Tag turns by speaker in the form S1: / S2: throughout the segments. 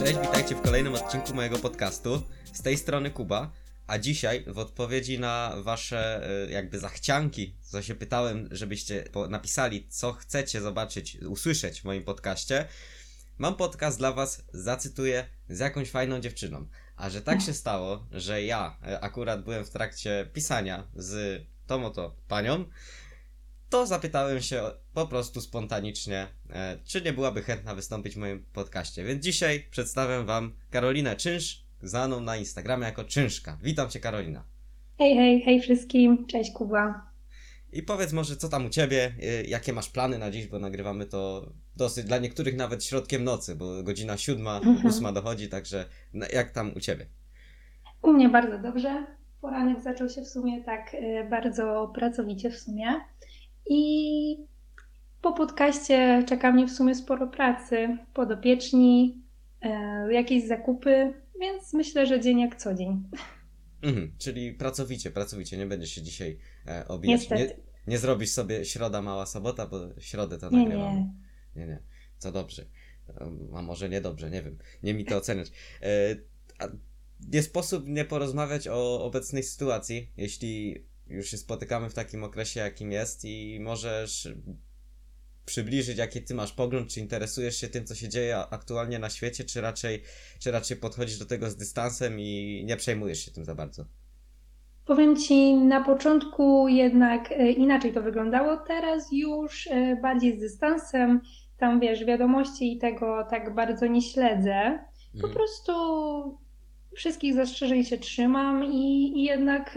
S1: Cześć, witajcie w kolejnym odcinku mojego podcastu. Z tej strony Kuba, a dzisiaj w odpowiedzi na wasze jakby zachcianki, co się pytałem, żebyście napisali, co chcecie zobaczyć, usłyszeć w moim podcaście, mam podcast dla was, zacytuję, z jakąś fajną dziewczyną. A że tak się stało, że ja akurat byłem w trakcie pisania z tą oto panią, to zapytałem się po prostu spontanicznie, czy nie byłaby chętna wystąpić w moim podcaście. Więc dzisiaj przedstawiam wam Karolinę Czynsz, znaną na Instagramie jako Czynszka. Witam cię, Karolina.
S2: Hej wszystkim, cześć Kuba.
S1: I powiedz może, co tam u ciebie, jakie masz plany na dziś, bo nagrywamy to dosyć, dla niektórych nawet środkiem nocy, bo godzina 7, 8 dochodzi, także jak tam u ciebie?
S2: U mnie bardzo dobrze. Poranek zaczął się w sumie tak bardzo pracowicie w sumie. I po podcaście czeka mnie w sumie sporo pracy, podopieczni, jakieś zakupy, więc myślę, że dzień jak co dzień.
S1: Czyli pracowicie, nie będziesz się dzisiaj obijać.
S2: Niestety.
S1: Nie zrobisz sobie środa, mała sobota, bo w środę to
S2: Nie.
S1: nagrywamy. Nie. Co dobrze. A może niedobrze, nie wiem. Nie mi to oceniać. Nie sposób nie porozmawiać o obecnej sytuacji, jeśli już się spotykamy w takim okresie, jakim jest, i możesz przybliżyć, jaki ty masz pogląd, czy interesujesz się tym, co się dzieje aktualnie na świecie, czy raczej podchodzisz do tego z dystansem i nie przejmujesz się tym za bardzo?
S2: Powiem Ci, na początku jednak inaczej to wyglądało, teraz już bardziej z dystansem, tam wiesz, wiadomości i tego tak bardzo nie śledzę. Po prostu wszystkich zastrzeżeń się trzymam i jednak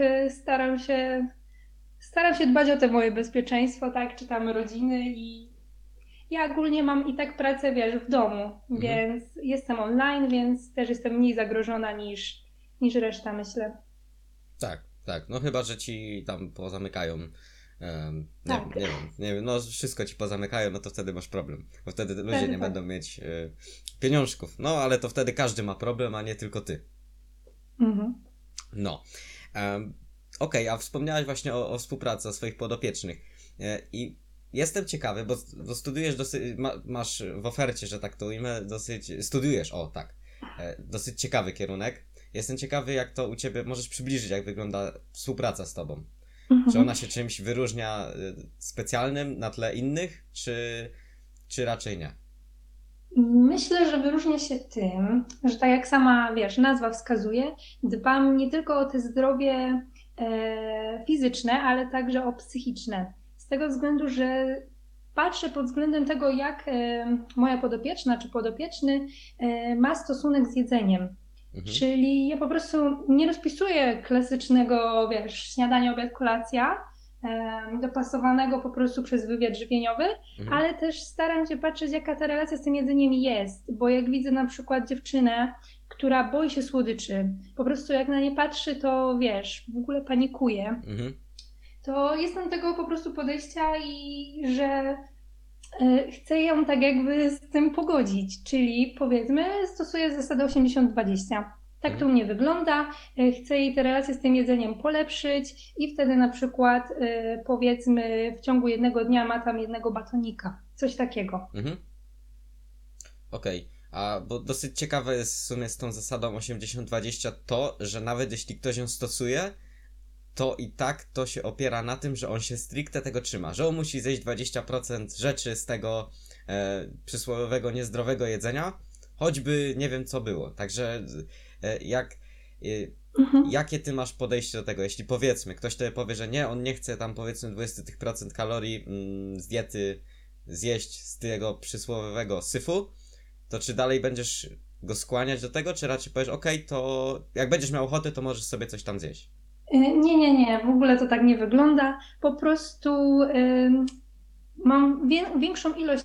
S2: staram się dbać o te moje bezpieczeństwo, tak, czy tam rodziny i ja ogólnie mam i tak pracę, wiesz, w domu, więc jestem online, więc też jestem mniej zagrożona niż reszta, myślę.
S1: Tak, no chyba, że ci tam pozamykają,
S2: Tak.
S1: nie wiem, no wszystko ci pozamykają, no to wtedy masz problem, bo wtedy ludzie nie będą mieć pieniążków, no ale to wtedy każdy ma problem, a nie tylko ty. No, okej, a wspomniałaś właśnie o współpracy, o swoich podopiecznych i jestem ciekawy, bo studiujesz masz w ofercie, że tak to ujmę, studiujesz, dosyć ciekawy kierunek. Jestem ciekawy, jak to u ciebie, możesz przybliżyć, jak wygląda współpraca z tobą. Czy ona się czymś wyróżnia specjalnym na tle innych, czy raczej nie?
S2: Myślę, że wyróżnia się tym, że tak jak sama, wiesz, nazwa wskazuje, dbam nie tylko o to zdrowie fizyczne, ale także o psychiczne. Z tego względu, że patrzę pod względem tego, jak moja podopieczna czy podopieczny ma stosunek z jedzeniem. Czyli ja po prostu nie rozpisuję klasycznego, wiesz, śniadania, obiad, kolacja, dopasowanego po prostu przez wywiad żywieniowy, ale też staram się patrzeć, jaka ta relacja z tym jedzeniem jest, bo jak widzę na przykład dziewczynę, która boi się słodyczy, po prostu jak na nie patrzy, to wiesz, w ogóle panikuje, to jestem tego po prostu podejścia i że chcę ją tak jakby z tym pogodzić, czyli powiedzmy stosuję zasadę 80-20. Tak to u mnie wygląda, chcę jej te relacje z tym jedzeniem polepszyć i wtedy na przykład powiedzmy w ciągu jednego dnia ma tam jednego batonika, coś takiego.
S1: Okej. Bo dosyć ciekawe jest w sumie z tą zasadą 80-20 to, że nawet jeśli ktoś ją stosuje, to i tak to się opiera na tym, że on się stricte tego trzyma, że on musi zjeść 20% rzeczy z tego przysłowiowego niezdrowego jedzenia, choćby nie wiem co było. Także jakie ty masz podejście do tego? Jeśli powiedzmy, ktoś tobie powie, że nie, on nie chce tam powiedzmy 20% kalorii z diety zjeść z tego przysłowiowego syfu, to czy dalej będziesz go skłaniać do tego, czy raczej powiesz, okej, to jak będziesz miał ochotę, to możesz sobie coś tam zjeść?
S2: Nie, w ogóle to tak nie wygląda. Po prostu mam większą ilość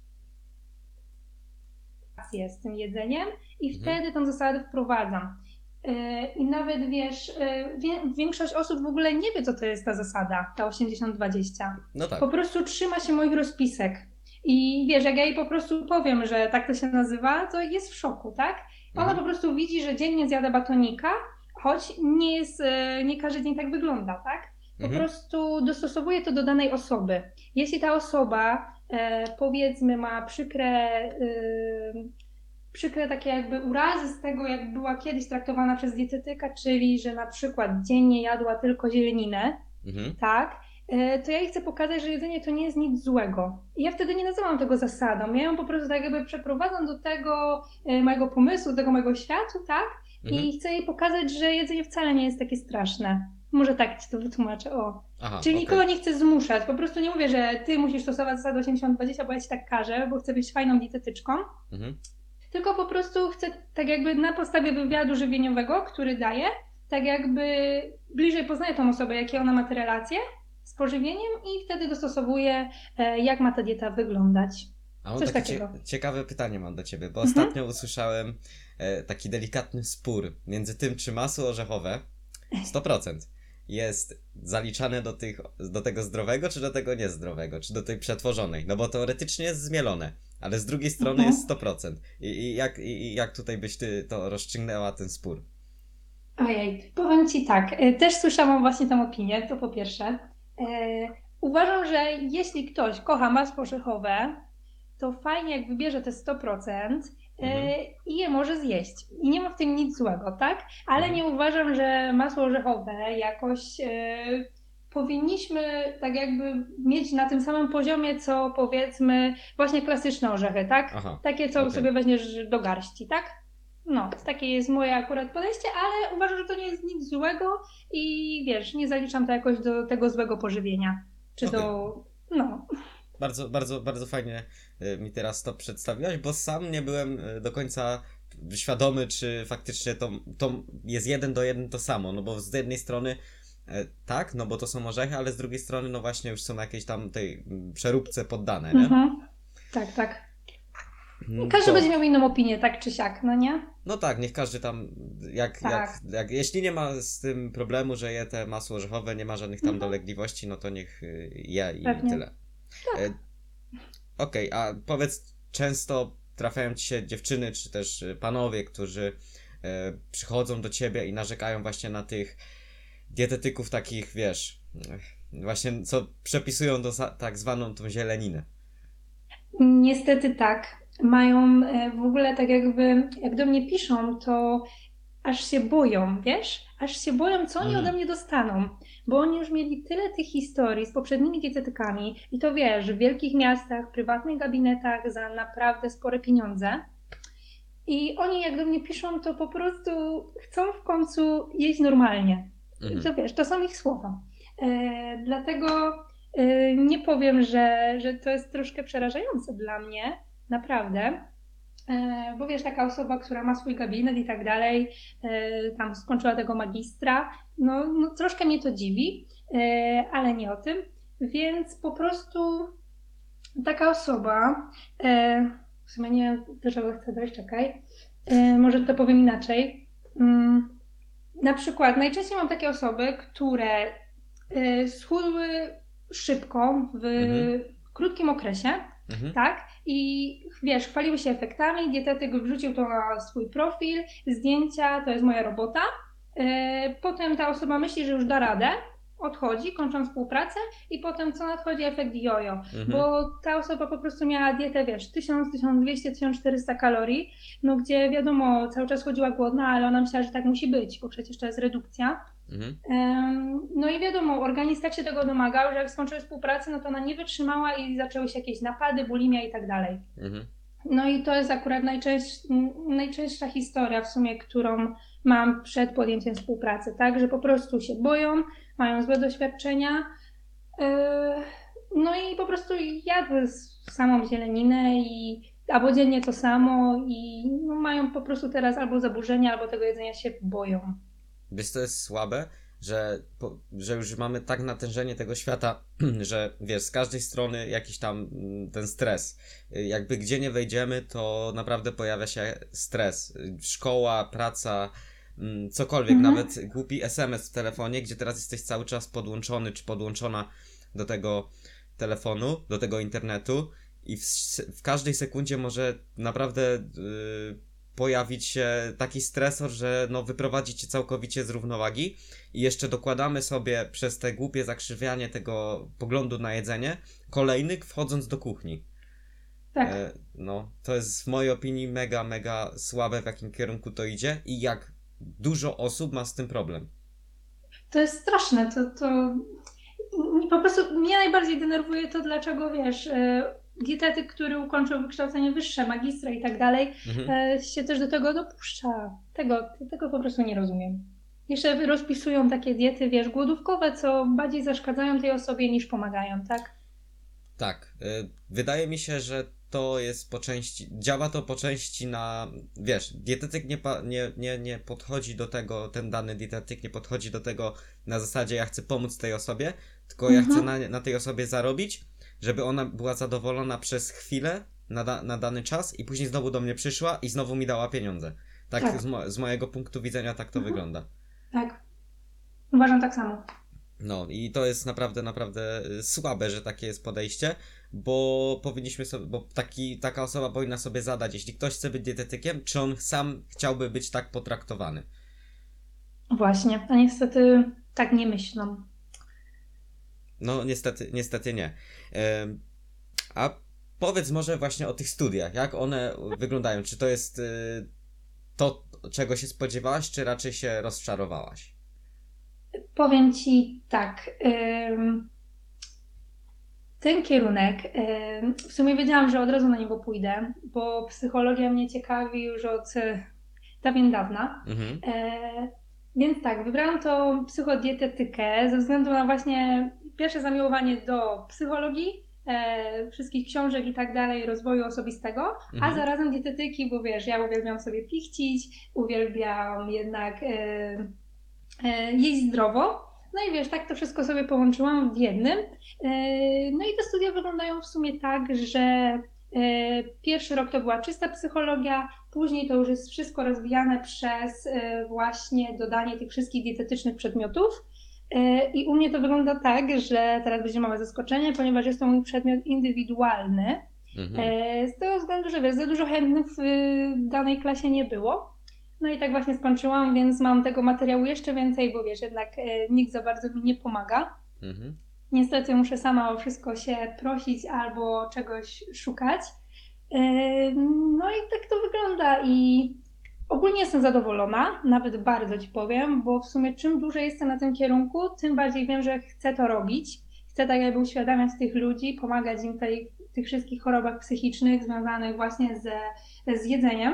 S2: z tym jedzeniem i wtedy tą zasadę wprowadzam. I nawet wiesz, większość osób w ogóle nie wie, co to jest ta zasada, ta 80-20.
S1: No tak.
S2: Po prostu trzyma się moich rozpisek. I wiesz, jak ja jej po prostu powiem, że tak to się nazywa, to jest w szoku, tak? Ona po prostu widzi, że dziennie zjada batonika, choć nie każdy dzień tak wygląda, tak? Po prostu dostosowuje to do danej osoby. Jeśli ta osoba, powiedzmy, ma przykre przykre takie jakby urazy z tego, jak była kiedyś traktowana przez dietetyka, czyli że na przykład dziennie jadła tylko zieleninę,
S1: Mhm.
S2: tak, to ja jej chcę pokazać, że jedzenie to nie jest nic złego. I ja wtedy nie nazywam tego zasadą. Ja ją po prostu tak jakby przeprowadzam do tego mojego pomysłu, do tego mojego światu, tak?
S1: Mhm.
S2: I chcę jej pokazać, że jedzenie wcale nie jest takie straszne. Może tak ci to wytłumaczę, o.
S1: Aha,
S2: Czyli
S1: okej.
S2: nikogo nie chcę zmuszać. Po prostu nie mówię, że ty musisz stosować zasadę 80-20, bo ja ci tak każę, bo chcę być fajną dietetyczką.
S1: Mhm.
S2: Tylko po prostu chcę tak jakby na podstawie wywiadu żywieniowego, który daję, tak jakby bliżej poznaję tą osobę, jakie ona ma te relacje z pożywieniem i wtedy dostosowuję, jak ma ta dieta wyglądać.
S1: A mam
S2: Coś
S1: takie
S2: takiego.
S1: ciekawe pytanie mam do ciebie, bo
S2: Mhm.
S1: ostatnio usłyszałem taki delikatny spór między tym, czy masło orzechowe 100% jest zaliczane do tego zdrowego, czy do tego niezdrowego, czy do tej przetworzonej. No bo teoretycznie jest zmielone, ale z drugiej strony jest 100%. I jak tutaj byś ty to rozstrzygnęła ten spór?
S2: Ojej, powiem ci tak, też słyszałam właśnie tę opinię, to po pierwsze. Uważam, że jeśli ktoś kocha masło orzechowe, to fajnie jak wybierze te 100%
S1: Mhm.
S2: i je może zjeść. I nie ma w tym nic złego, tak? Ale
S1: Mhm.
S2: nie uważam, że masło orzechowe jakoś powinniśmy tak jakby mieć na tym samym poziomie, co powiedzmy właśnie klasyczne orzechy, tak?
S1: Aha,
S2: Takie, co
S1: okej.
S2: sobie weźmiesz do garści, tak? No, takie jest moje akurat podejście, ale uważam, że to nie jest nic złego i wiesz, nie zaliczam to jakoś do tego złego pożywienia. Czy
S1: Okej.
S2: do, no,
S1: Bardzo, bardzo, bardzo fajnie mi teraz to przedstawiłaś, bo sam nie byłem do końca świadomy, czy faktycznie to jest 1:1 to samo, no bo z jednej strony tak, no bo to są orzechy, ale z drugiej strony no właśnie już są jakieś tam tej przeróbce poddane, nie?
S2: mhm. Tak, tak. Każdy
S1: To,
S2: będzie miał inną opinię, tak czy siak, no nie?
S1: no tak, niech każdy tam,
S2: Tak.
S1: jeśli nie ma z tym problemu, że je te masło orzechowe, nie ma żadnych tam
S2: Mhm.
S1: dolegliwości, no to niech je i
S2: Pewnie.
S1: tyle. E, Okej, a powiedz, często trafiają ci się dziewczyny, czy też panowie, którzy przychodzą do ciebie i narzekają właśnie na tych dietetyków takich, wiesz, właśnie co przepisują tak zwaną tą zieleninę.
S2: Niestety tak. Mają w ogóle tak jakby, jak do mnie piszą, to aż się boją, wiesz? Aż się boją, co oni ode
S1: Mhm,
S2: mnie dostaną. Bo oni już mieli tyle tych historii z poprzednimi dietetykami i to wiesz, w wielkich miastach, prywatnych gabinetach za naprawdę spore pieniądze. I oni jak do mnie piszą, to po prostu chcą w końcu jeść normalnie. I
S1: mhm,
S2: to wiesz, to są ich słowa. Dlatego nie powiem, że to jest troszkę przerażające dla mnie, naprawdę. Bo wiesz, taka osoba, która ma swój gabinet i tak dalej, tam skończyła tego magistra, no troszkę mnie to dziwi, ale nie o tym. Więc po prostu taka osoba, w sumie nie wiem, do czego chcę dojść, czekaj, może to powiem inaczej. Na przykład najczęściej mam takie osoby, które schudły szybko, w
S1: mhm,
S2: krótkim okresie,
S1: mhm,
S2: tak? I wiesz, chwaliły się efektami, dietetyk wrzucił to na swój profil, zdjęcia, to jest moja robota. Potem ta osoba myśli, że już da radę, odchodzi, kończą współpracę i potem co nadchodzi efekt jojo,
S1: mhm,
S2: bo ta osoba po prostu miała dietę, wiesz, 1000, 1200, 1400 kalorii, no gdzie wiadomo, cały czas chodziła głodna, ale ona myślała, że tak musi być, bo przecież to jest redukcja.
S1: mhm,
S2: No i wiadomo, organizm tak się tego domagał, że jak skończyły współpracę, no to ona nie wytrzymała i zaczęły się jakieś napady, bulimia i tak dalej.
S1: mhm.
S2: No i to jest akurat najczęstsza historia w sumie, którą mam przed podjęciem współpracy, tak, że po prostu się boją, mają złe doświadczenia, yy, no i po prostu jadły samą zieleninę albo dziennie to samo i no, mają po prostu teraz albo zaburzenia, albo tego jedzenia się boją.
S1: Wiesz, to jest słabe, że już mamy tak natężenie tego świata, że wiesz, z każdej strony jakiś tam ten stres. Jakby gdzie nie wejdziemy, to naprawdę pojawia się stres. Szkoła, praca, cokolwiek,
S2: Mhm.
S1: nawet głupi SMS w telefonie, gdzie teraz jesteś cały czas podłączony czy podłączona do tego telefonu, do tego internetu i w każdej sekundzie może naprawdę pojawić się taki stresor, że no wyprowadzi cię całkowicie z równowagi i jeszcze dokładamy sobie przez te głupie zakrzywianie tego poglądu na jedzenie kolejny wchodząc do kuchni.
S2: Tak.
S1: No, to jest w mojej opinii mega, mega słabe, w jakim kierunku to idzie i jak dużo osób ma z tym problem.
S2: To jest straszne, to po prostu mnie najbardziej denerwuje to, dlaczego wiesz, dietetyk, który ukończył wykształcenie wyższe, magistra i tak dalej,
S1: Mhm.
S2: się też do tego dopuszcza. Tego po prostu nie rozumiem. Jeszcze rozpisują takie diety, wiesz, głodówkowe, co bardziej zaszkadzają tej osobie niż pomagają, tak?
S1: Tak, wydaje mi się, że to jest po części, działa to po części na, wiesz, dietetyk nie podchodzi do tego, ten dany dietetyk nie podchodzi do tego na zasadzie ja chcę pomóc tej osobie, tylko ja chcę na tej osobie zarobić, żeby ona była zadowolona przez chwilę, na dany czas i później znowu do mnie przyszła i znowu mi dała pieniądze. Tak,
S2: Tak.
S1: z mojego punktu widzenia tak to wygląda.
S2: Tak. Uważam tak samo.
S1: No i to jest naprawdę, naprawdę słabe, że takie jest podejście, bo powinniśmy sobie, bo taka osoba powinna sobie zadać, jeśli ktoś chce być dietetykiem, czy on sam chciałby być tak potraktowany.
S2: Właśnie, a niestety tak nie myślą.
S1: No niestety nie. A powiedz może właśnie o tych studiach, jak one wyglądają, czy to jest to, czego się spodziewałaś, czy raczej się rozczarowałaś?
S2: Powiem Ci tak. Ten kierunek, w sumie wiedziałam, że od razu na niego pójdę, bo psychologia mnie ciekawi już od dawien dawna.
S1: Mhm.
S2: Więc tak, wybrałam tą psychodietetykę ze względu na właśnie pierwsze zamiłowanie do psychologii, wszystkich książek i tak dalej, rozwoju osobistego, a
S1: Mhm.
S2: zarazem dietetyki, bo wiesz, ja uwielbiam sobie pichcić, uwielbiam jednak jeść zdrowo. No i wiesz, tak to wszystko sobie połączyłam w jednym. No i te studia wyglądają w sumie tak, że pierwszy rok to była czysta psychologia, później to już jest wszystko rozwijane przez właśnie dodanie tych wszystkich dietetycznych przedmiotów. I u mnie to wygląda tak, że teraz będzie małe zaskoczenie, ponieważ jest to mój przedmiot indywidualny.
S1: Mhm.
S2: Z tego względu, że wiesz, za dużo chętnych w danej klasie nie było. No i tak właśnie skończyłam, więc mam tego materiału jeszcze więcej, bo wiesz, jednak nikt za bardzo mi nie pomaga.
S1: Mhm.
S2: Niestety muszę sama o wszystko się prosić albo czegoś szukać. No i tak to wygląda i ogólnie jestem zadowolona, nawet bardzo Ci powiem, bo w sumie czym dłużej jestem na tym kierunku, tym bardziej wiem, że chcę to robić. Chcę tak jakby uświadamiać tych ludzi, pomagać im w tych wszystkich chorobach psychicznych związanych właśnie z jedzeniem.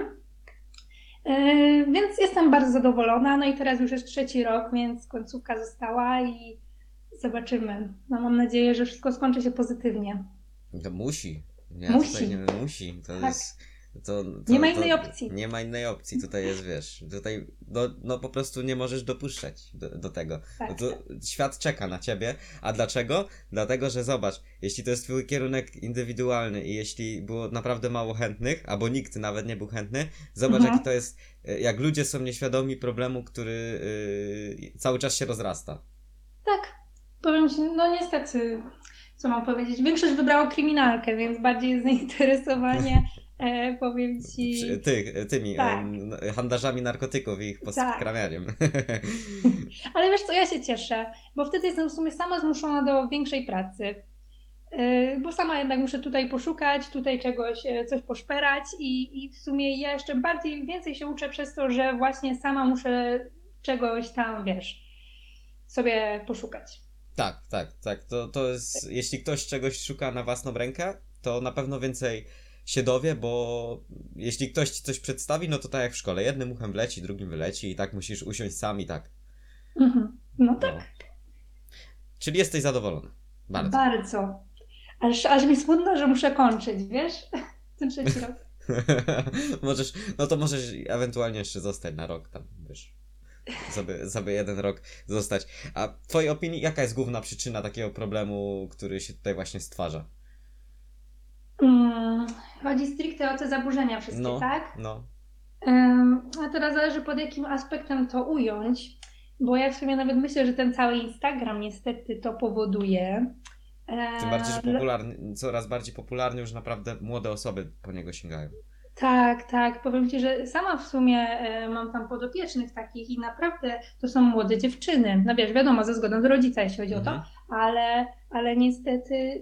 S2: Więc jestem bardzo zadowolona. No i teraz już jest trzeci rok, więc końcówka została i zobaczymy. No mam nadzieję, że wszystko skończy się pozytywnie.
S1: To musi. Nie, tutaj nie
S2: Musi.
S1: musi. To
S2: Tak.
S1: jest.
S2: Nie ma innej opcji.
S1: Nie ma innej opcji. Tutaj jest, wiesz, tutaj no po prostu nie możesz dopuszczać do tego. No
S2: Tak.
S1: to świat czeka na ciebie. A dlaczego? Dlatego, że zobacz, jeśli to jest twój kierunek indywidualny i jeśli było naprawdę mało chętnych, albo nikt nawet nie był chętny, zobacz jaki to jest, jak ludzie są nieświadomi problemu, który cały czas się rozrasta.
S2: Tak. Powiem Ci, no niestety, co mam powiedzieć, większość wybrało kryminalkę, więc bardziej jest zainteresowanie, powiem Ci,
S1: Tymi
S2: tak,
S1: handlarzami narkotyków i ich
S2: tak.
S1: poskramianiem.
S2: Ale wiesz co, ja się cieszę, bo wtedy jestem w sumie sama zmuszona do większej pracy. Bo sama jednak muszę tutaj poszukać, tutaj czegoś, coś poszperać i w sumie ja jeszcze więcej się uczę przez to, że właśnie sama muszę czegoś tam, wiesz, sobie poszukać.
S1: Tak. To jest, jeśli ktoś czegoś szuka na własną rękę, to na pewno więcej się dowie, bo jeśli ktoś ci coś przedstawi, no to tak jak w szkole, jednym uchem wleci, drugim wyleci i tak musisz usiąść sam i tak.
S2: Mhm. No tak,
S1: No. Czyli jesteś zadowolony. Bardzo.
S2: bardzo. Aż mi smutno, że muszę kończyć, wiesz, ten trzeci rok.
S1: No to możesz ewentualnie jeszcze zostać na rok tam, wiesz. Sobie jeden rok zostać. A w twojej opinii, jaka jest główna przyczyna takiego problemu, który się tutaj właśnie stwarza?
S2: Chodzi stricte o te zaburzenia wszystkie,
S1: No,
S2: tak?
S1: no.
S2: A teraz zależy pod jakim aspektem to ująć, bo ja w sumie nawet myślę, że ten cały Instagram niestety to powoduje.
S1: Tym bardziej, że coraz bardziej popularny, już naprawdę młode osoby po niego sięgają.
S2: Tak. Powiem Ci, że sama w sumie mam tam podopiecznych takich i naprawdę to są młode dziewczyny. No wiesz, wiadomo, ze zgodą z rodzica, jeśli chodzi o to, ale niestety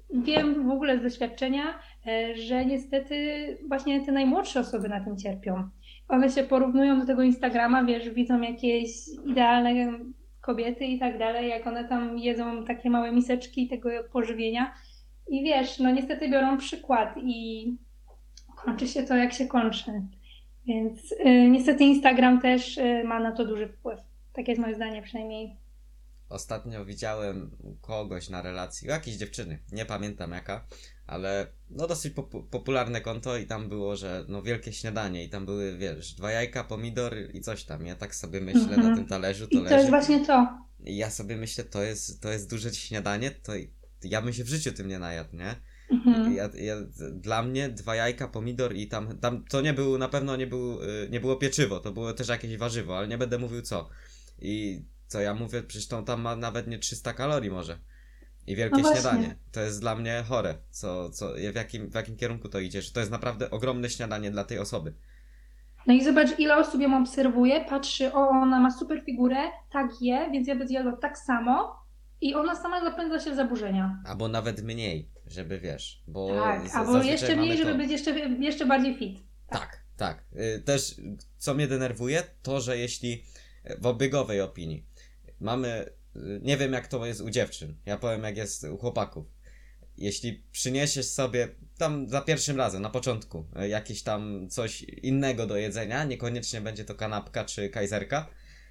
S2: wiem w ogóle z doświadczenia, że niestety właśnie te najmłodsze osoby na tym cierpią. One się porównują do tego Instagrama, wiesz, widzą jakieś idealne kobiety i tak dalej, jak one tam jedzą takie małe miseczki tego pożywienia i wiesz, no niestety biorą przykład i kończy się to jak się kończy. Więc niestety Instagram też ma na to duży wpływ. Takie jest moje zdanie przynajmniej.
S1: Ostatnio widziałem kogoś na relacji, u jakiejś dziewczyny, nie pamiętam jaka, ale no dosyć popularne konto i tam było, że no wielkie śniadanie i tam były, wiesz, 2 jajka, pomidor i coś tam. Ja tak sobie myślę na tym talerzu, to
S2: I to jest
S1: leży
S2: właśnie to.
S1: i ja sobie myślę, to jest duże śniadanie, to ja bym się w życiu tym nie najadł, nie?
S2: Mhm.
S1: Dla mnie 2 jajka, pomidor i tam to nie był, na pewno nie było pieczywo, to było też jakieś warzywo, ale nie będę mówił co. I co ja mówię, przecież to tam ma nawet nie 300 kalorii może. I
S2: No
S1: wielkie
S2: właśnie.
S1: śniadanie. To jest dla mnie chore. W jakim kierunku to idzie? Że to jest naprawdę ogromne śniadanie dla tej osoby.
S2: No i zobacz, ile osób ją obserwuje, patrzy, o, ona ma super figurę, tak je, więc ja bym zjadła tak samo i ona sama zapędza się w zaburzenia.
S1: Albo nawet mniej, żeby wiesz, bo
S2: Tak, albo
S1: zazwyczaj
S2: jeszcze mniej,
S1: mamy
S2: żeby
S1: to.
S2: być jeszcze bardziej fit. Tak.
S1: Tak, tak. Też co mnie denerwuje, to że jeśli w obiegowej opinii mamy, nie wiem jak to jest u dziewczyn, ja powiem jak jest u chłopaków. Jeśli przyniesiesz sobie tam za pierwszym razem, na początku, jakieś tam coś innego do jedzenia, niekoniecznie będzie to kanapka czy kajzerka,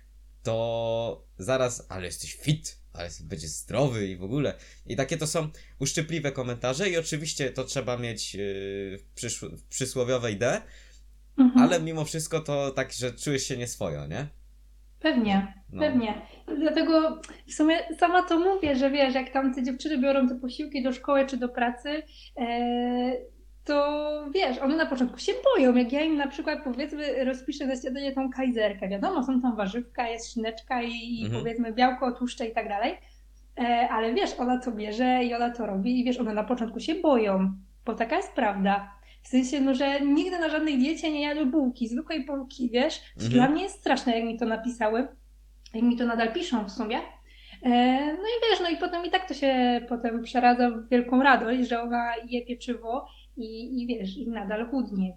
S1: to zaraz, ale jesteś fit, ale będziesz zdrowy i w ogóle. I takie to są uszczypliwe komentarze i oczywiście to trzeba mieć przysłowiowe idee, ale
S2: Mhm.
S1: mimo wszystko to tak, że czujesz się nieswojo, nie?
S2: Pewnie,
S1: No.
S2: pewnie. Dlatego w sumie sama to mówię, że wiesz, jak tam te dziewczyny biorą te posiłki do szkoły czy do pracy, e, to wiesz, one na początku się boją. Jak ja im na przykład powiedzmy rozpiszę na śniadanie tą kajzerkę, wiadomo, są tam warzywka, jest szyneczka i
S1: Mhm.
S2: powiedzmy białko, tłuszcze i tak dalej, ale wiesz, ona to bierze i ona to robi i wiesz, one na początku się boją, bo taka jest prawda. W sensie, no, że nigdy na żadnej diecie nie jadły bułki, zwykłej bułki, wiesz. To dla
S1: Mhm.
S2: mnie jest straszne, jak mi to napisały, jak mi to nadal piszą w sumie. No i wiesz, no i potem i tak to się potem przeradza w wielką radość, że ona je pieczywo i wiesz, i nadal chudnie,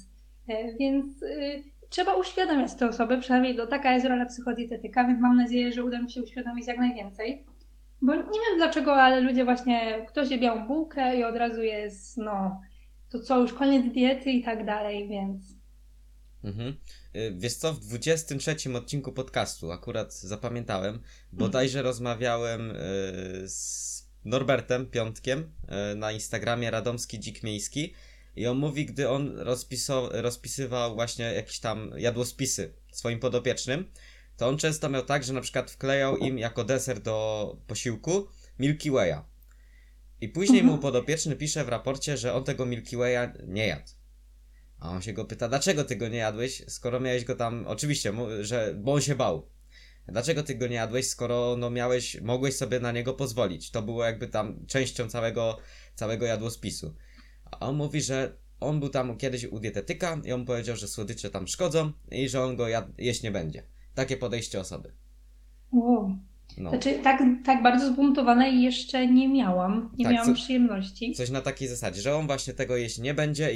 S2: więc trzeba uświadamiać te osoby, przynajmniej taka jest rola psychodietetyka, więc mam nadzieję, że uda mi się uświadomić jak najwięcej. Bo nie wiem dlaczego, ale ludzie właśnie, ktoś je białą bułkę i od razu jest, no, to co, już koniec diety i tak dalej, więc...
S1: Mhm. Wiesz co, w 23 odcinku podcastu akurat zapamiętałem, bodajże rozmawiałem z Norbertem Piątkiem na Instagramie Radomski Dzik Miejski i on mówi, gdy on rozpisywał właśnie jakieś tam jadłospisy swoim podopiecznym, to on często miał tak, że na przykład wklejał im jako deser do posiłku Milky Way'a. I później mu
S2: Mhm.
S1: podopieczny pisze w raporcie, że on tego Milky Way'a nie jadł. A on się go pyta, dlaczego ty go nie jadłeś, skoro miałeś go tam, oczywiście, bo on się bał. Dlaczego ty go nie jadłeś, skoro no mogłeś sobie na niego pozwolić. To było jakby tam częścią całego jadłospisu. A on mówi, że on był tam kiedyś u dietetyka i on powiedział, że słodycze tam szkodzą i że on go jeść nie będzie. Takie podejście osoby.
S2: Wow.
S1: No.
S2: Znaczy, tak bardzo zbuntowanej jeszcze nie miałam. Nie
S1: Tak,
S2: miałam przyjemności.
S1: coś na takiej zasadzie, że on właśnie tego jeść nie będzie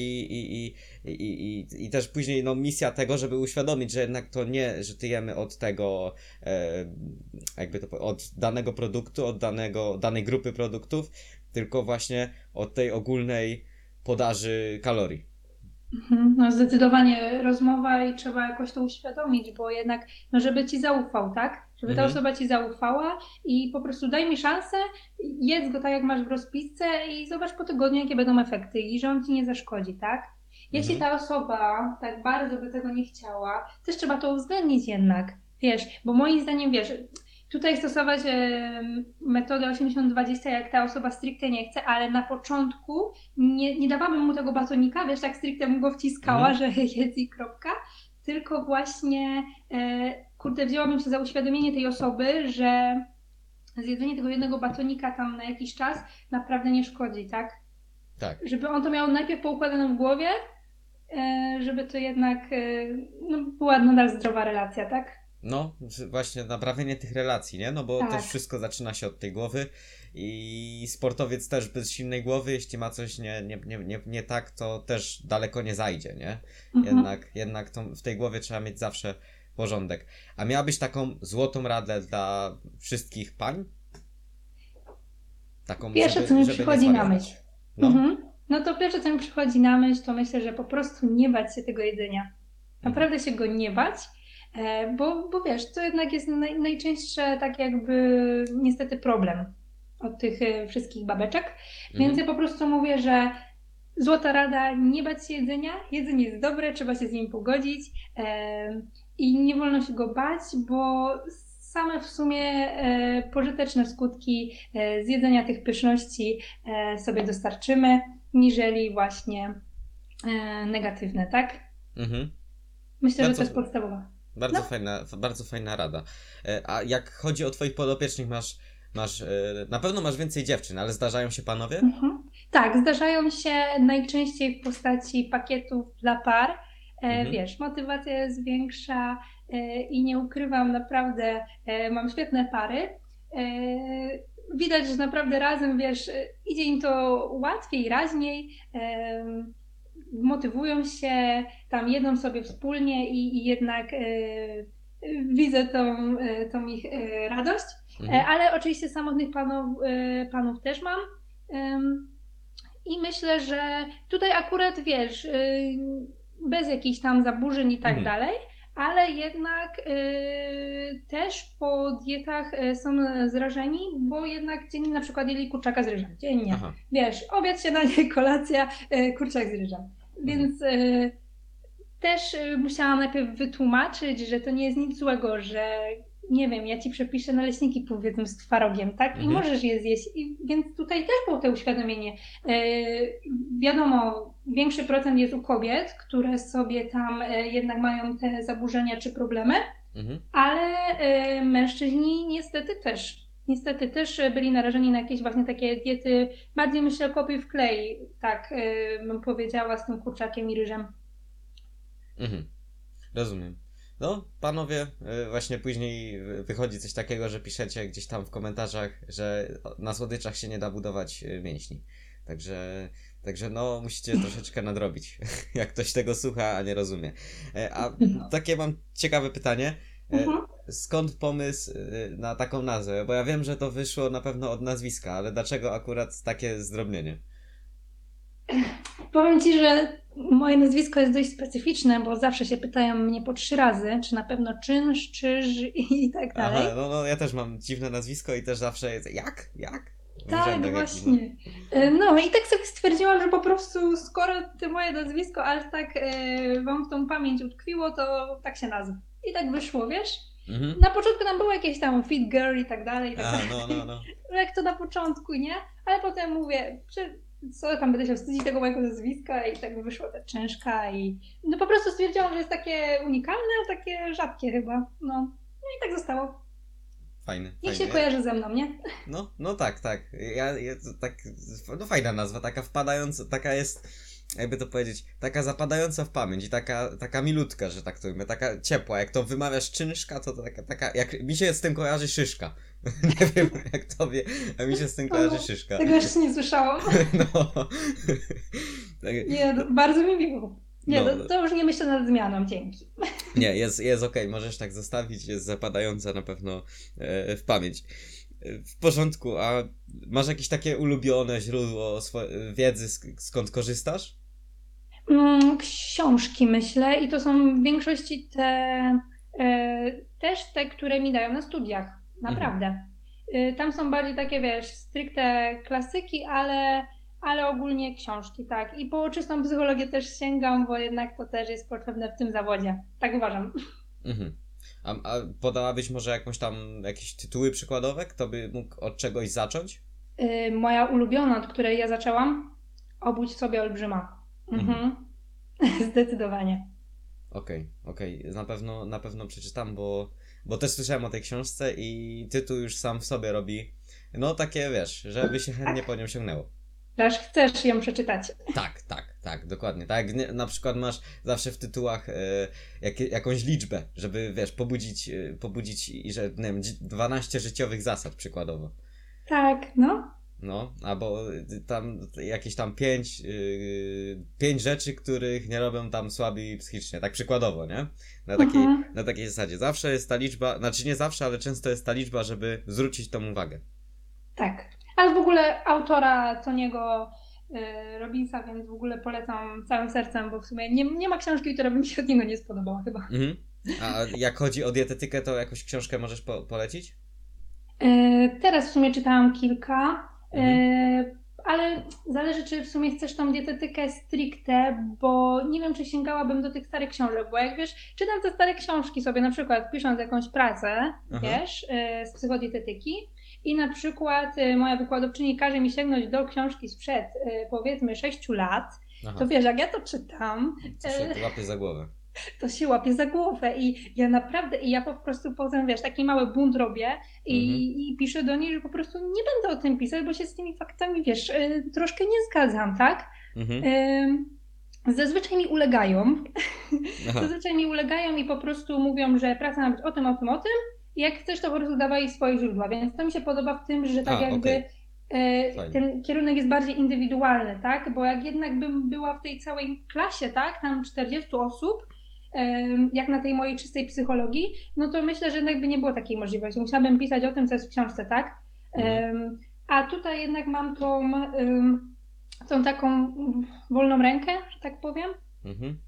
S1: i też później no misja tego, żeby uświadomić, że jednak to nie, że ty jemy od tego jakby to od danego produktu, od danej grupy produktów, tylko właśnie od tej ogólnej podaży kalorii.
S2: Mhm. No zdecydowanie rozmowa i trzeba jakoś to uświadomić, bo jednak, no żeby ci zaufał, tak? Żeby ta
S1: Mhm,
S2: osoba ci zaufała i po prostu daj mi szansę, jedz go tak jak masz w rozpisce i zobacz po tygodniu, jakie będą efekty i że on ci nie zaszkodzi, tak? Jeśli
S1: mhm,
S2: ta osoba tak bardzo by tego nie chciała, też trzeba to uwzględnić jednak, wiesz, bo moim zdaniem, wiesz, tutaj stosować metodę 80-20, jak ta osoba stricte nie chce, ale na początku nie dawałabym mu tego batonika, wiesz, tak stricte mu go wciskała,
S1: mhm,
S2: że jedz i kropka, tylko właśnie, kurde, wzięłabym się za uświadomienie tej osoby, że zjedzenie tego jednego batonika tam na jakiś czas naprawdę nie szkodzi, tak?
S1: tak.
S2: Żeby on to miał najpierw poukładane w głowie, żeby to jednak no, była nadal zdrowa relacja, tak?
S1: No, właśnie naprawienie tych relacji, nie? No bo też
S2: Tak.
S1: wszystko zaczyna się od tej głowy i sportowiec też bez silnej głowy, jeśli ma coś nie tak, to też daleko nie zajdzie, nie? Jednak w tej głowie trzeba mieć zawsze porządek. A miałabyś taką złotą radę dla wszystkich pań? Taką,
S2: Pierwsze, co mi przychodzi na myśl.
S1: No.
S2: No to pierwsze, co mi przychodzi na myśl, to myślę, że po prostu nie bać się tego jedzenia. Naprawdę się go nie bać, bo wiesz, to jednak jest najczęstsze tak jakby niestety problem od tych wszystkich babeczek. Więc ja po prostu mówię, że złota rada, nie bać się jedzenia. Jedzenie jest dobre, trzeba się z nim pogodzić i nie wolno się go bać, bo same w sumie pożyteczne skutki z jedzenia tych pyszności sobie dostarczymy, niżeli właśnie negatywne, tak? Myślę, że to jest podstawowa.
S1: Bardzo fajna rada. A jak chodzi o twoich podopiecznych, na pewno masz więcej dziewczyn, ale zdarzają się panowie?
S2: Tak, zdarzają się najczęściej w postaci pakietów dla par. Wiesz, motywacja jest większa i nie ukrywam, naprawdę mam świetne pary. Widać, że naprawdę razem, wiesz, idzie im to łatwiej, raźniej. Motywują się, tam jedzą sobie wspólnie i jednak widzę tą ich radość. Ale oczywiście samotnych panów też mam. I myślę, że tutaj akurat, wiesz, bez jakichś tam zaburzeń i tak dalej, ale jednak też po dietach są zrażeni, bo jednak dziennie na przykład jedli kurczaka z ryżem. Dziennie.
S1: Aha.
S2: Wiesz, obiad, śniadanie, kolacja, kurczak z ryżem. Więc też musiałam najpierw wytłumaczyć, że to nie jest nic złego, że nie wiem, ja ci przepiszę naleśniki powiedzmy z twarogiem, tak? I możesz je zjeść. Więc tutaj też było to uświadomienie. Wiadomo, większy procent jest u kobiet, które sobie tam jednak mają te zaburzenia czy problemy, ale mężczyźni niestety też byli narażeni na jakieś właśnie takie diety, bardziej myślę kopiuj w klej, tak bym powiedziała, z tym kurczakiem i ryżem.
S1: Rozumiem. No, panowie, właśnie później wychodzi coś takiego, że piszecie gdzieś tam w komentarzach, że na słodyczach się nie da budować mięśni. Także no, musicie troszeczkę nadrobić, jak ktoś tego słucha, a nie rozumie. A takie mam ciekawe pytanie. Skąd pomysł na taką nazwę? Bo ja wiem, że to wyszło na pewno od nazwiska, ale dlaczego akurat takie zdrobnienie?
S2: Powiem ci, że moje nazwisko jest dość specyficzne, bo zawsze się pytają mnie po 3 razy, czy na pewno czynsz, czyż i tak dalej.
S1: Aha, no ja też mam dziwne nazwisko i też zawsze jest jak?
S2: Tak, właśnie. No i tak sobie stwierdziłam, że po prostu skoro to moje nazwisko aż tak wam w tą pamięć utkwiło, to tak się nazwę. I tak wyszło, wiesz? Na początku tam było jakieś tam fit girl i tak dalej.
S1: No.
S2: Jak to na początku, nie? Ale potem mówię, co tam będę się wstydzić tego mojego nazwiska i tak wyszła ta czynszka i no po prostu stwierdziłam, że jest takie unikalne, a takie rzadkie chyba. No i tak zostało.
S1: Fajne.
S2: Się kojarzy ze mną, nie?
S1: No tak. Ja tak, no fajna nazwa, taka wpadająca, taka jest, jakby to powiedzieć, taka zapadająca w pamięć i taka milutka, że tak to mówię, taka ciepła. Jak to wymawiasz czynszka, to taka, jak mi się z tym kojarzy szyszka. Nie wiem jak tobie, a mi się z tym kojarzy szyszka.
S2: Tego jeszcze nie słyszałam.
S1: No.
S2: Nie, bardzo mi miło. Nie, to już nie myślę nad zmianą, dzięki.
S1: Nie, jest okej, możesz tak zostawić, jest zapadająca na pewno w pamięć. W porządku, a masz jakieś takie ulubione źródło wiedzy, skąd korzystasz?
S2: Książki myślę i to są w większości też te, które mi dają na studiach, naprawdę. Tam są bardziej takie, wiesz, stricte klasyki, ale ogólnie książki, tak. I po czystą psychologię też sięgam, bo jednak to też jest potrzebne w tym zawodzie. Tak uważam.
S1: A podałabyś może jakieś tytuły przykładowe? Kto by mógł od czegoś zacząć?
S2: Moja ulubiona, od której ja zaczęłam, Obudź sobie olbrzyma. Zdecydowanie.
S1: Okej. Na pewno przeczytam, bo też słyszałem o tej książce i tytuł już sam w sobie robi, no takie, wiesz, żeby się chętnie po nią sięgnęło.
S2: Aż chcesz ją przeczytać.
S1: Tak, dokładnie. Tak jak na przykład masz zawsze w tytułach jakąś liczbę, żeby, wiesz, pobudzić i że, nie wiem, 12 życiowych zasad przykładowo.
S2: Tak, no.
S1: No, albo tam jakieś tam pięć rzeczy, których nie robią tam słabi psychicznie, tak przykładowo, nie?
S2: Mhm.
S1: Na takiej zasadzie. Zawsze jest ta liczba, znaczy nie zawsze, ale często jest ta liczba, żeby zwrócić tą uwagę.
S2: Tak. Ale w ogóle autora Tony'ego Robbinsa, więc w ogóle polecam całym sercem, bo w sumie nie ma książki, która by mi się od niego nie spodobała chyba.
S1: Mhm. A jak chodzi o dietetykę, to jakąś książkę możesz polecić?
S2: Teraz w sumie czytałam kilka,
S1: Mhm.
S2: ale zależy, czy w sumie chcesz tą dietetykę stricte, bo nie wiem, czy sięgałabym do tych starych książek, bo jak wiesz, czytam te stare książki sobie, na przykład pisząc jakąś pracę,
S1: Aha.
S2: wiesz, z psychodietetyki i na przykład moja wykładowczyni każe mi sięgnąć do książki sprzed powiedzmy 6 lat, to
S1: Aha.
S2: wiesz, jak ja to czytam,
S1: Co się łapie za głowę.
S2: to się łapie za głowę i ja naprawdę, i ja po prostu potem, wiesz, taki mały bunt robię
S1: Mhm.
S2: i piszę do niej, że po prostu nie będę o tym pisać, bo się z tymi faktami, wiesz, troszkę nie zgadzam, tak?
S1: Mhm.
S2: Zazwyczaj mi ulegają,
S1: Aha.
S2: zazwyczaj mi ulegają i po prostu mówią, że praca ma być o tym, o tym, o tym i jak chcesz, to po prostu dawaj swoje źródła, więc to mi się podoba w tym, że tak
S1: A,
S2: jakby
S1: okej. Fajnie.
S2: ten kierunek jest bardziej indywidualny, tak? Bo jak jednak bym była w tej całej klasie, tak? Tam 40 osób, jak na tej mojej czystej psychologii, no to myślę, że jednak by nie było takiej możliwości. Musiałabym pisać o tym, co jest w książce, tak?
S1: Mhm.
S2: A tutaj jednak mam tą taką wolną rękę, że tak powiem.
S1: Mhm.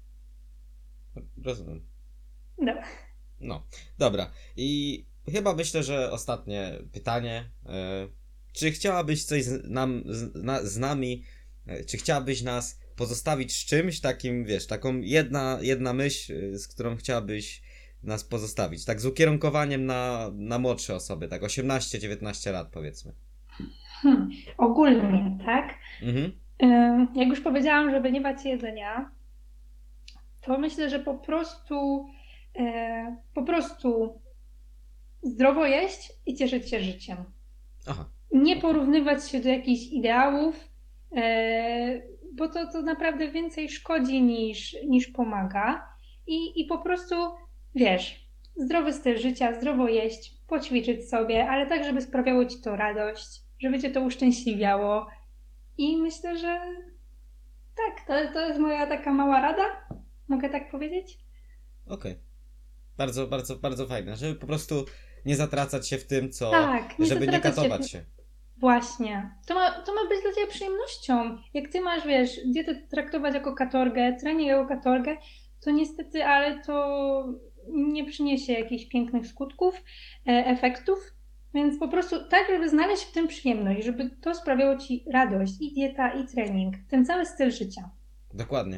S1: Rozumiem.
S2: Dobra.
S1: No, dobra. I chyba myślę, że ostatnie pytanie. Czy chciałabyś coś z nami, czy chciałabyś nas pozostawić z czymś takim, wiesz, taką jedna myśl, z którą chciałabyś nas pozostawić, tak z ukierunkowaniem na młodsze osoby, tak 18-19 lat powiedzmy.
S2: Ogólnie, tak?
S1: Mhm,
S2: Jak już powiedziałam, żeby nie bać się jedzenia, to myślę, że po prostu zdrowo jeść i cieszyć się życiem.
S1: aha,
S2: Nie
S1: okej.
S2: porównywać się do jakichś ideałów, bo to naprawdę więcej szkodzi niż pomaga. I po prostu, wiesz, zdrowy styl życia, zdrowo jeść, poćwiczyć sobie, ale tak, żeby sprawiało ci to radość, żeby cię to uszczęśliwiało. I myślę, że tak, to jest moja taka mała rada. Mogę tak powiedzieć?
S1: Okej. Bardzo, bardzo, bardzo fajne, żeby po prostu nie zatracać się w tym,
S2: Tak, nie
S1: żeby nie
S2: zatracać się
S1: katować się.
S2: Właśnie. To ma być dla Ciebie przyjemnością. Jak Ty masz, wiesz, dietę traktować jako katorgę, trening jako katorgę, to niestety, ale to nie przyniesie jakichś pięknych skutków, efektów. Więc po prostu tak, żeby znaleźć w tym przyjemność, żeby to sprawiało Ci radość, i dieta, i trening, ten cały styl życia.
S1: Dokładnie.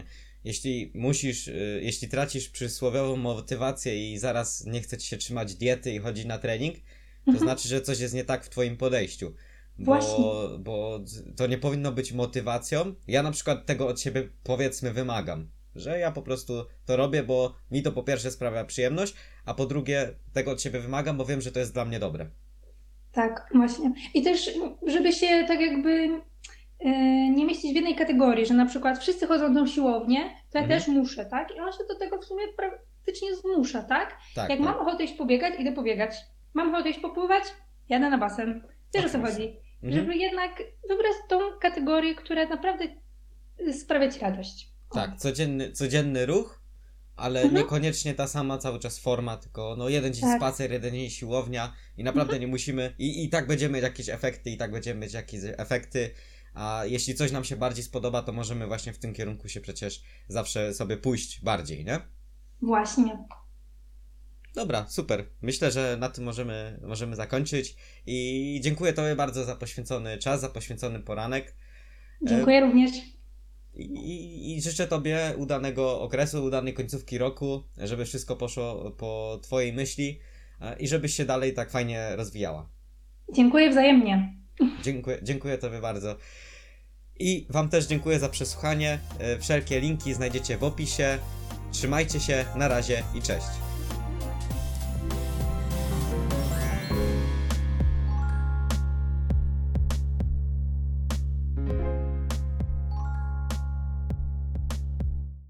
S1: Jeśli tracisz przysłowiową motywację i zaraz nie chce ci się trzymać diety i chodzić na trening, to
S2: Mhm.
S1: znaczy, że coś jest nie tak w twoim podejściu.
S2: Właśnie.
S1: Bo to nie powinno być motywacją. Ja na przykład tego od siebie powiedzmy wymagam. Że ja po prostu to robię, bo mi to po pierwsze sprawia przyjemność, a po drugie tego od siebie wymagam, bo wiem, że to jest dla mnie dobre.
S2: Tak, właśnie. I też, żeby się tak jakby nie mieścić w jednej kategorii, że na przykład wszyscy chodzą na siłownię, to ja
S1: Mhm.
S2: też muszę, tak? I on się do tego w sumie praktycznie zmusza, tak?
S1: Tak,
S2: Jak
S1: tak.
S2: mam ochotę iść pobiegać, idę pobiegać. Mam ochotę iść popływać, jadę na basen. Wiesz o co
S1: Oczywiście.
S2: chodzi?
S1: Mhm.
S2: Żeby jednak wybrać tą kategorię, która naprawdę sprawia ci radość. O.
S1: Tak, codzienny ruch, ale
S2: Mhm,
S1: niekoniecznie ta sama cały czas forma, tylko no jeden dzień
S2: tak.
S1: spacer, jeden dzień siłownia i
S2: Mhm.
S1: naprawdę nie musimy, i tak będziemy mieć jakieś efekty, i tak będziemy mieć jakieś efekty, a jeśli coś nam się bardziej spodoba, to możemy właśnie w tym kierunku się przecież zawsze sobie pójść bardziej, nie?
S2: Właśnie.
S1: Dobra, super. Myślę, że na tym możemy zakończyć i dziękuję Tobie bardzo za poświęcony czas, za poświęcony poranek. E,
S2: Dziękuję również.
S1: I życzę Tobie udanego okresu, udanej końcówki roku, żeby wszystko poszło po Twojej myśli i żebyś się dalej tak fajnie rozwijała.
S2: Dziękuję wzajemnie.
S1: Dziękuję Tobie bardzo. I Wam też dziękuję za przesłuchanie. Wszelkie linki znajdziecie w opisie. Trzymajcie się, na razie i cześć.